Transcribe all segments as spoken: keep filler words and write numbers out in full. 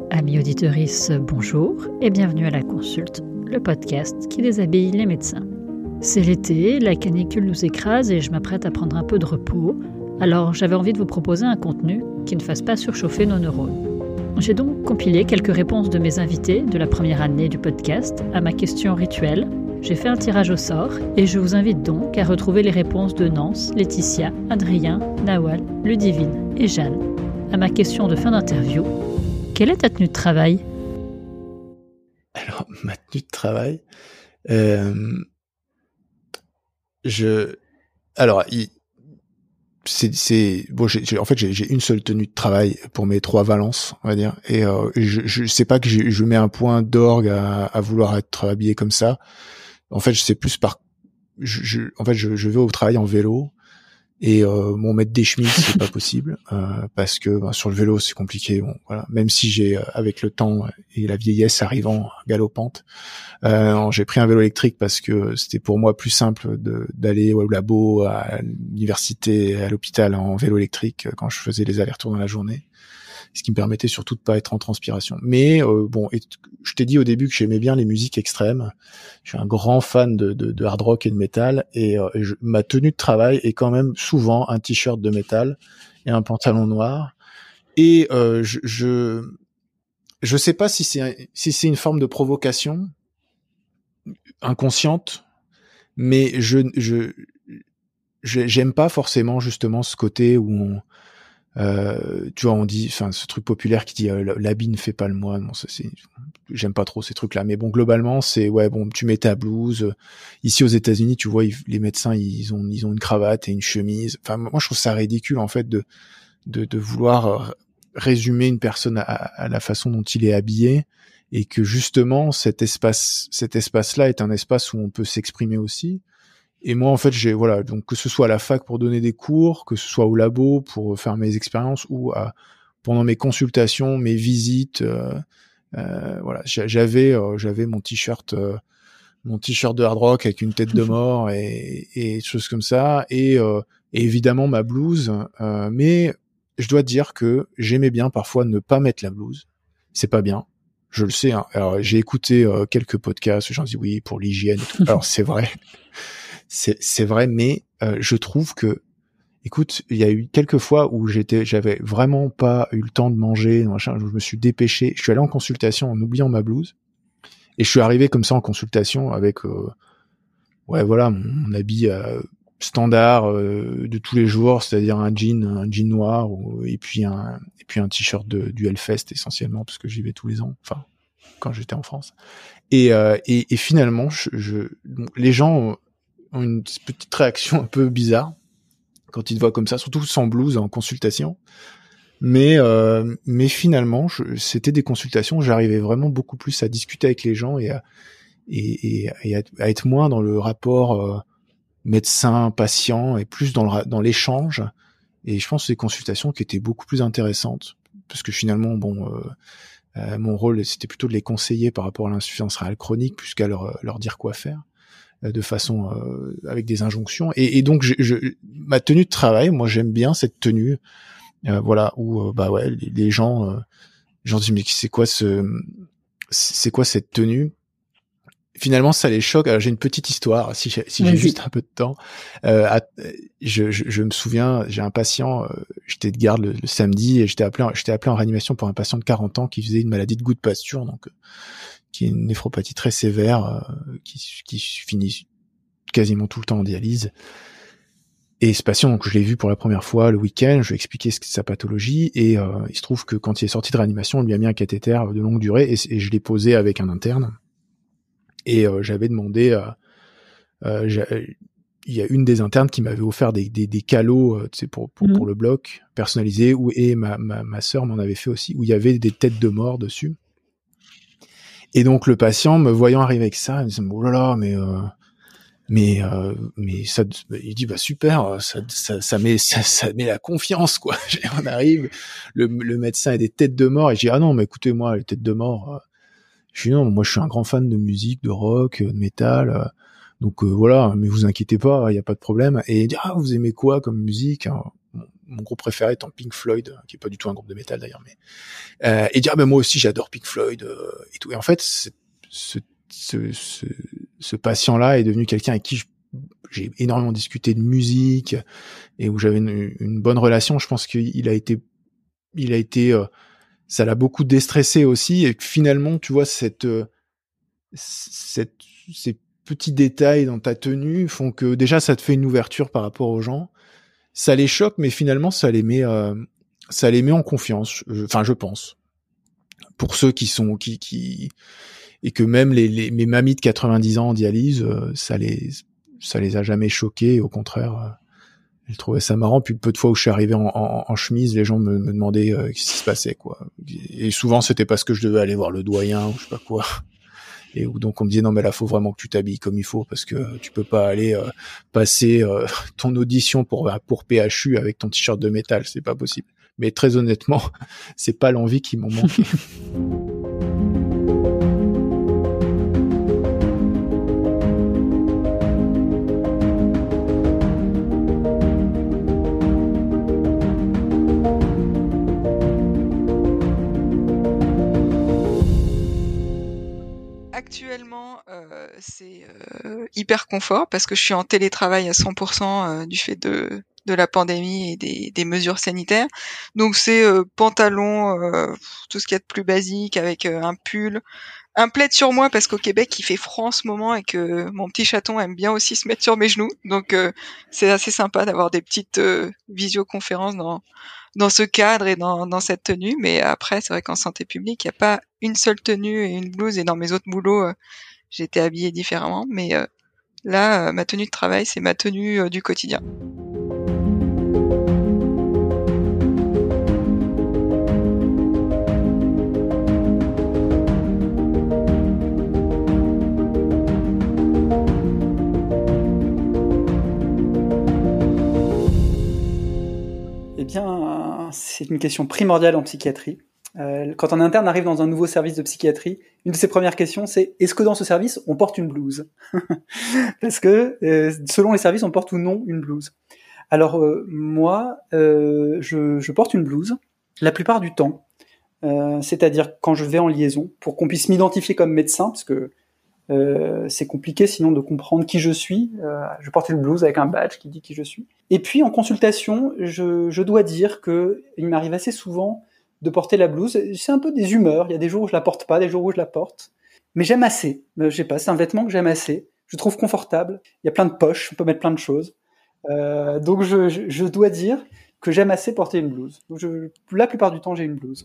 Amis auditrices, bonjour et bienvenue à La Consulte, le podcast qui déshabille les médecins. C'est l'été, la canicule nous écrase et je m'apprête à prendre un peu de repos, alors j'avais envie de vous proposer un contenu qui ne fasse pas surchauffer nos neurones. J'ai donc compilé quelques réponses de mes invités de la première année du podcast à ma question rituelle. J'ai fait un tirage au sort et je vous invite donc à retrouver les réponses de Nance, Laetitia, Adrien, Nawal, Ludivine et Jeanne à ma question de fin d'interview. Quelle est ta tenue de travail ? Alors, ma tenue de travail, euh, je, alors, il, c'est, c'est, bon, j'ai, j'ai, en fait, j'ai, j'ai une seule tenue de travail pour mes trois valences, on va dire, et euh, je, je sais pas que j'ai, je mets un point d'orgue à, à vouloir être habillé comme ça. En fait, je sais plus par, je, je en fait, je, je vais au travail en vélo. Et euh, mon mettre des chemises, c'est pas possible euh, parce que ben, sur le vélo c'est compliqué. Bon, voilà. Même si j'ai euh, avec le temps et la vieillesse arrivant galopante, euh, j'ai pris un vélo électrique parce que c'était pour moi plus simple de, d'aller au labo, à l'université, à l'hôpital en vélo électrique quand je faisais les allers-retours dans la journée. Ce qui me permettait surtout de pas être en transpiration. Mais euh, bon, et, je t'ai dit au début que j'aimais bien les musiques extrêmes. Je suis un grand fan de, de, de hard rock et de métal, et, euh, et je, ma tenue de travail est quand même souvent un t-shirt de métal et un pantalon noir. Et euh, je, je je sais pas si c'est si c'est une forme de provocation inconsciente, mais je je, je j'aime pas forcément justement ce côté où on Euh, tu vois, on dit, enfin, ce truc populaire qui dit euh, l'habit ne fait pas le moine. Bon, ça, c'est, j'aime pas trop ces trucs-là. Mais bon, globalement, c'est ouais, bon, tu mets ta blouse. Ici aux États-Unis, tu vois, ils, les médecins, ils ont, ils ont une cravate et une chemise. Enfin, moi, je trouve ça ridicule en fait de, de, de vouloir résumer une personne à, à la façon dont il est habillé, et que justement, cet espace, cet espace-là est un espace où on peut s'exprimer aussi. Et moi, en fait, j'ai, voilà, donc que ce soit à la fac pour donner des cours, que ce soit au labo pour faire mes expériences, ou à, pendant mes consultations, mes visites, euh, euh, voilà, j'avais, euh, j'avais mon t-shirt, euh, mon t-shirt de hard rock avec une tête de mort et, et choses comme ça, et, euh, et évidemment ma blouse, euh, mais je dois dire que j'aimais bien parfois ne pas mettre la blouse. C'est pas bien. Je le sais, hein. Alors, j'ai écouté euh, quelques podcasts, j'en dis oui, pour l'hygiène et tout. Alors, c'est vrai. C'est, c'est vrai, mais euh, je trouve que, écoute, il y a eu quelques fois où j'étais, j'avais vraiment pas eu le temps de manger, machin, je me suis dépêché, je suis allé en consultation en oubliant ma blouse, et je suis arrivé comme ça en consultation avec, euh, ouais, voilà, mon, mon habit euh, standard euh, de tous les jours, c'est-à-dire un jean, un jean noir, ou, et puis un, et puis un t-shirt de, du Hellfest essentiellement, parce que j'y vais tous les ans, enfin, quand j'étais en France. Et, euh, et, et finalement, je, je, les gens ont une petite réaction un peu bizarre quand ils te voient comme ça, surtout sans blouse en consultation. Mais euh, mais finalement, je, c'était des consultations où j'arrivais vraiment beaucoup plus à discuter avec les gens et à, et, et, et à, à être moins dans le rapport euh, médecin-patient et plus dans le, dans l'échange. Et je pense que c'est des consultations qui étaient beaucoup plus intéressantes, parce que finalement, bon, euh, euh, mon rôle, c'était plutôt de les conseiller par rapport à l'insuffisance rénale chronique, plus qu'à leur, leur dire quoi faire, de façon euh, avec des injonctions. Et, et donc je, je, ma tenue de travail, moi j'aime bien cette tenue, euh, voilà, où euh, bah ouais, les, les gens, euh, les gens disent mais c'est quoi ce, c'est quoi cette tenue ? Finalement, ça les choque. Alors j'ai une petite histoire, si j'ai, si j'ai juste un peu de temps. Euh, à, je, je, je me souviens, j'ai un patient, euh, j'étais de garde le, le samedi et j'étais appelé, en, j'étais appelé en réanimation pour un patient de quarante ans qui faisait une maladie de goût de pasture, donc euh, qui est une néphropathie très sévère, euh, qui, qui finit quasiment tout le temps en dialyse. Et ce patient, donc, je l'ai vu pour la première fois le week-end, je lui ai expliqué ce que sa pathologie, et euh, il se trouve que quand il est sorti de réanimation, on lui a mis un cathéter de longue durée, et, et je l'ai posé avec un interne. Et euh, j'avais demandé, euh, euh, il y a une des internes qui m'avait offert des, des, des calots, euh, tu sais, pour, pour, mmh. pour le bloc, personnalisés, où, et ma, ma, ma sœur m'en avait fait aussi, où il y avait des têtes de mort dessus. Et donc le patient, me voyant arriver avec ça, il me dit oh là là, mais euh, mais euh, mais ça, il dit bah super, ça ça, ça met ça, ça met la confiance quoi. On arrive, le, le médecin a des têtes de mort, et je dis ah non mais écoutez moi les têtes de mort, euh, je dis non moi je suis un grand fan de musique, de rock, de métal, euh, donc euh, voilà, mais vous inquiétez pas, il y a pas de problème. Et il dit ah vous aimez quoi comme musique? Alors, bon, mon groupe préféré étant Pink Floyd, qui est pas du tout un groupe de métal d'ailleurs, mais euh, et dire ah ben moi aussi j'adore Pink Floyd euh, et tout. Et en fait, ce ce ce, ce patient-là est devenu quelqu'un avec qui je, j'ai énormément discuté de musique et où j'avais une, une bonne relation. Je pense qu'il a été, il a été, euh, ça l'a beaucoup déstressé aussi. Et finalement, tu vois, cette, euh, cette, ces petits détails dans ta tenue font que déjà ça te fait une ouverture par rapport aux gens. Ça les choque, mais finalement ça les met, euh, ça les met en confiance. Enfin, je pense. Pour ceux qui sont, qui, qui, et que même les, les mes mamies de quatre-vingt-dix ans en dialyse, euh, ça les, ça les a jamais choqués. Au contraire, euh, elles trouvaient ça marrant. Puis peu de fois où je suis arrivé en, en, en chemise, les gens me, me demandaient euh, ce qui se passait, quoi. Et souvent c'était parce que je devais aller voir le doyen ou je sais pas quoi. Et donc on me disait non mais là faut vraiment que tu t'habilles comme il faut parce que tu peux pas aller euh, passer euh, ton audition pour pour P H U avec ton t-shirt de métal, c'est pas possible. Mais très honnêtement, c'est pas l'envie qui m'en manquait. Actuellement, euh, c'est euh, hyper confort parce que je suis en télétravail à cent pour cent euh, du fait de de la pandémie et des, des mesures sanitaires. Donc c'est euh, pantalon, euh, tout ce qu'il y a de plus basique avec euh, un pull, un plaid sur moi parce qu'au Québec il fait froid en ce moment et que mon petit chaton aime bien aussi se mettre sur mes genoux. Donc euh, c'est assez sympa d'avoir des petites euh, visioconférences dans dans ce cadre et dans, dans cette tenue. Mais après, c'est vrai qu'en santé publique, il n'y a pas une seule tenue et une blouse. Et dans mes autres boulots, euh, j'étais habillée différemment. Mais euh, là, euh, ma tenue de travail, c'est ma tenue euh, du quotidien. Eh bien, c'est une question primordiale en psychiatrie. Euh, quand un interne arrive dans un nouveau service de psychiatrie, une de ses premières questions, c'est « Est-ce que dans ce service, on porte une blouse ?» Parce que, euh, selon les services, on porte ou non une blouse. Alors, euh, moi, euh, je, je porte une blouse la plupart du temps. Euh, c'est-à-dire quand je vais en liaison, pour qu'on puisse m'identifier comme médecin, parce que Euh, c'est compliqué sinon de comprendre qui je suis. Euh, je portais le blouse avec un badge qui dit qui je suis. Et puis en consultation, je, je dois dire que il m'arrive assez souvent de porter la blouse. C'est un peu des humeurs. Il y a des jours où je la porte pas, des jours où je la porte. Mais j'aime assez. Euh, je sais pas, c'est un vêtement que j'aime assez. Je trouve confortable. Il y a plein de poches, on peut mettre plein de choses. Euh, donc je, je, je dois dire que j'aime assez porter une blouse. Donc je, la plupart du temps, j'ai une blouse.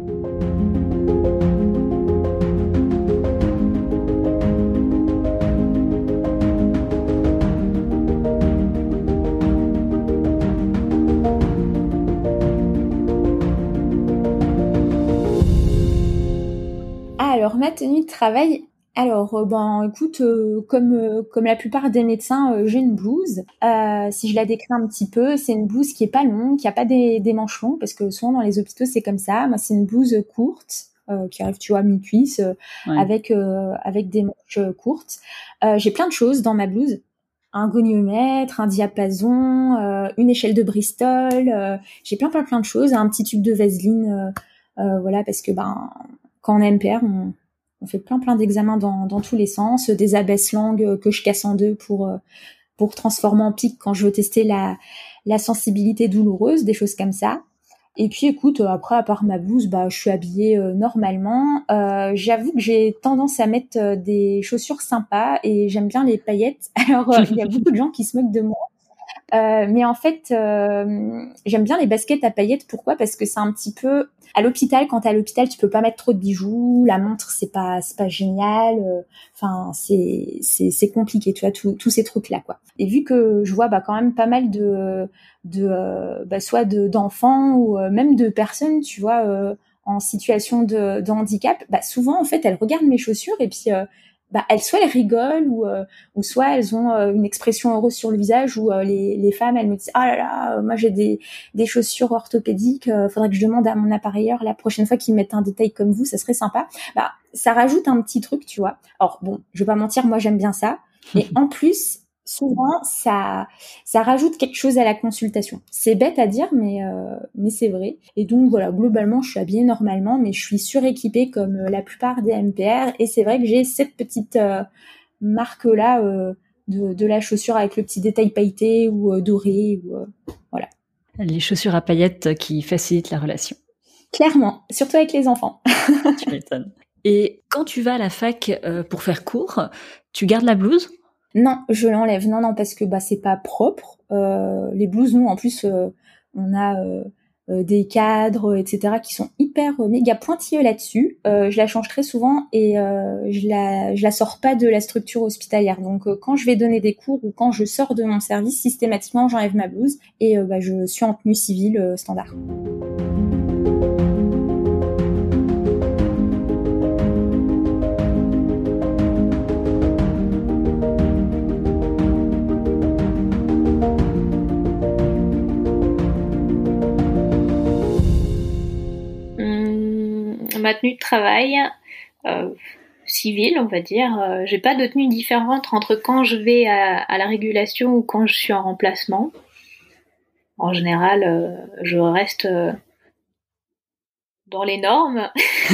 Alors, ma tenue de travail, alors, euh, ben, écoute, euh, comme euh, comme la plupart des médecins, euh, j'ai une blouse. Euh, si je la décris un petit peu, c'est une blouse qui est pas longue, qui a pas des, des manches longues, parce que souvent dans les hôpitaux, c'est comme ça. Moi, c'est une blouse courte, euh, qui arrive, tu vois, à mi-cuisse, euh, ouais. avec euh, avec des manches courtes. Euh, j'ai plein de choses dans ma blouse. Un goniomètre, un diapason, euh, une échelle de Bristol. Euh, j'ai plein, plein, plein de choses. Un petit tube de Vaseline, euh, euh, voilà, parce que ben... Quand on est M P R, on, on fait plein plein d'examens dans, dans tous les sens, des abaisse-langues que je casse en deux pour pour transformer en pic quand je veux tester la la sensibilité douloureuse, des choses comme ça. Et puis écoute, après à part ma blouse, bah je suis habillée euh, normalement. Euh, j'avoue que j'ai tendance à mettre euh, des chaussures sympas et j'aime bien les paillettes. Alors il euh, y a beaucoup de gens qui se moquent de moi. Euh, mais en fait, euh, j'aime bien les baskets à paillettes. Pourquoi ? Parce que c'est un petit peu à l'hôpital. Quand t'es à l'hôpital, tu peux pas mettre trop de bijoux. La montre, c'est pas, c'est pas génial. Enfin, euh, c'est, c'est, c'est compliqué. Tu vois, tous ces trucs-là, quoi. Et vu que je vois, bah, quand même pas mal de, de, euh, bah, soit de d'enfants ou euh, même de personnes, tu vois, euh, en situation de, de handicap, bah, souvent, en fait, elles regardent mes chaussures et puis. Euh, bah elles soit elles rigolent ou euh, ou soit elles ont euh, une expression heureuse sur le visage où euh, les les femmes elles me disent ah là là moi j'ai des des chaussures orthopédiques, euh, faudrait que je demande à mon appareilleur la prochaine fois qu'ils mettent un détail comme vous, ça serait sympa. Bah ça rajoute un petit truc, tu vois. Alors bon, je vais pas mentir, moi j'aime bien ça, mais en plus souvent, ça, ça rajoute quelque chose à la consultation. C'est bête à dire, mais, euh, mais c'est vrai. Et donc, voilà, globalement, je suis habillée normalement, mais je suis suréquipée comme la plupart des M P R. Et c'est vrai que j'ai cette petite euh, marque-là euh, de, de la chaussure avec le petit détail pailleté ou euh, doré. Ou, euh, voilà. Les chaussures à paillettes qui facilitent la relation. Clairement, surtout avec les enfants. Tu m'étonnes. Et quand tu vas à la fac euh, pour faire cours, tu gardes la blouse ? Non, je l'enlève. Non, non, parce que bah c'est pas propre. Euh, les blouses, nous, en plus, euh, on a euh, euh, des cadres, et cetera, qui sont hyper euh, méga pointilleux là-dessus. Euh, je la change très souvent et euh, je la je la sors pas de la structure hospitalière. Donc, euh, quand je vais donner des cours ou quand je sors de mon service, systématiquement, j'enlève ma blouse et euh, bah je suis en tenue civile euh, standard. Ma tenue de travail euh, civile, on va dire, euh, j'ai pas de tenue différente entre quand je vais à, à la régulation ou quand je suis en remplacement. En général, euh, je reste euh, dans les normes.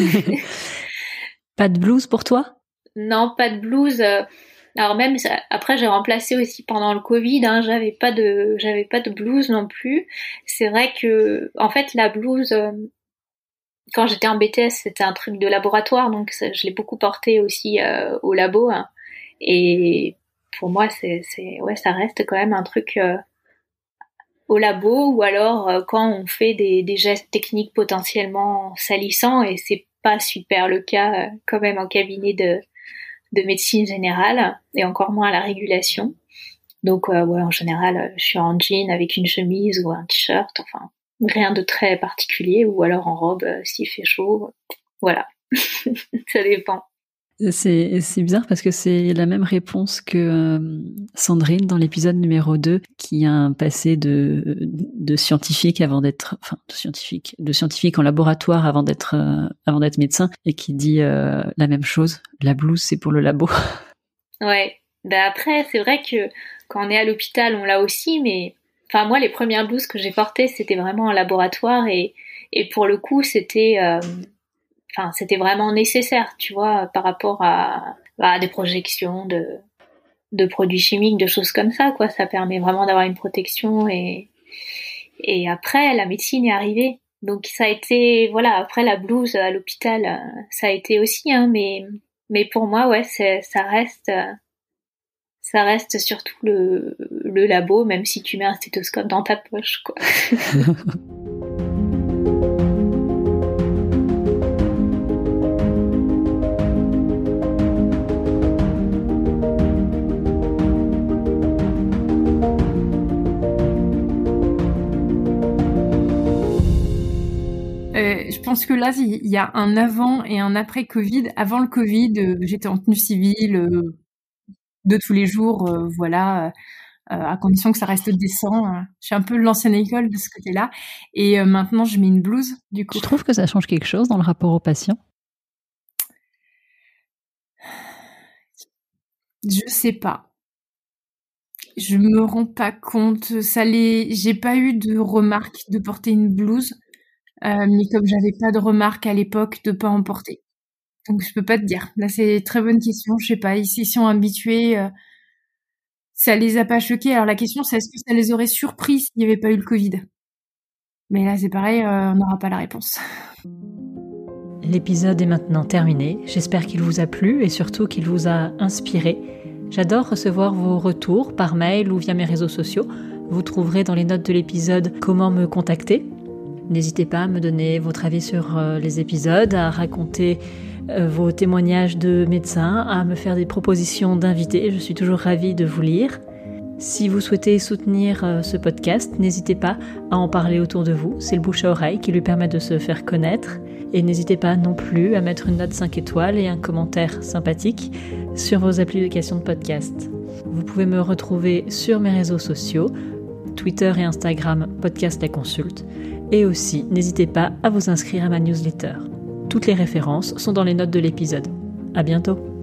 Pas de blouse pour toi ? Non, pas de blouse. Alors même ça, après j'ai remplacé aussi pendant le Covid, hein, j'avais pas de j'avais pas de blouse non plus. C'est vrai que en fait la blouse euh, quand j'étais en B T S, c'était un truc de laboratoire, donc ça, je l'ai beaucoup porté aussi euh, au labo. Hein. Et pour moi, c'est, c'est, ouais, ça reste quand même un truc euh, au labo, ou alors euh, quand on fait des, des gestes techniques potentiellement salissants, et c'est pas super le cas euh, quand même en cabinet de, de médecine générale, et encore moins à la régulation. Donc, euh, ouais, en général, je suis en jean avec une chemise ou un t-shirt, enfin... rien de très particulier, ou alors en robe euh, s'il fait chaud. Voilà, ça dépend. C'est, c'est bizarre parce que c'est la même réponse que euh, Sandrine dans l'épisode numéro deux, qui a un passé de, de scientifique avant d'être, enfin, de scientifique, de scientifique en laboratoire avant d'être, euh, avant d'être médecin, et qui dit euh, la même chose. La blouse, c'est pour le labo. Ouais. Ben après, c'est vrai que quand on est à l'hôpital, on l'a aussi, mais enfin, moi, les premières blouses que j'ai portées, c'était vraiment en laboratoire, et, et pour le coup, c'était, euh, enfin, c'était vraiment nécessaire, tu vois, par rapport à, à des projections de, de produits chimiques, de choses comme ça, quoi. Ça permet vraiment d'avoir une protection, et, et après, la médecine est arrivée. Donc, ça a été, voilà, après la blouse à l'hôpital, ça a été aussi, hein, mais, mais pour moi, ouais, c'est, ça reste, ça reste surtout le, le labo, même si tu mets un stéthoscope dans ta poche, quoi. Euh, je pense que là, il y a un avant et un après Covid. Avant le Covid, euh, j'étais en tenue civile euh, de tous les jours, euh, voilà, euh, à condition que ça reste décent. Euh. Je suis un peu l'ancienne école de ce côté-là. Et euh, maintenant, je mets une blouse, du coup. Tu trouves que ça change quelque chose dans le rapport au patient ? Je sais pas. Je me rends pas compte. Ça les... J'ai pas eu de remarque de porter une blouse. Euh, mais comme j'avais pas de remarque à l'époque de pas en porter. Donc je peux pas te dire. Là c'est une très bonne question, je sais pas, ils s'y sont habitués, euh, ça les a pas choqués. Alors la question c'est est-ce que ça les aurait surpris s'il n'y avait pas eu le Covid ? Mais là c'est pareil, euh, on n'aura pas la réponse. L'épisode est maintenant terminé, j'espère qu'il vous a plu et surtout qu'il vous a inspiré. J'adore recevoir vos retours par mail ou via mes réseaux sociaux. Vous trouverez dans les notes de l'épisode comment me contacter. N'hésitez pas à me donner votre avis sur euh, les épisodes, à raconter euh, vos témoignages de médecins, à me faire des propositions d'invités. Je suis toujours ravie de vous lire. Si vous souhaitez soutenir euh, ce podcast, n'hésitez pas à en parler autour de vous. C'est le bouche à oreille qui lui permet de se faire connaître. Et n'hésitez pas non plus à mettre une note cinq étoiles et un commentaire sympathique sur vos applications de podcast. Vous pouvez me retrouver sur mes réseaux sociaux, Twitter et Instagram, Podcast La Consulte. Et aussi, n'hésitez pas à vous inscrire à ma newsletter. Toutes les références sont dans les notes de l'épisode. À bientôt!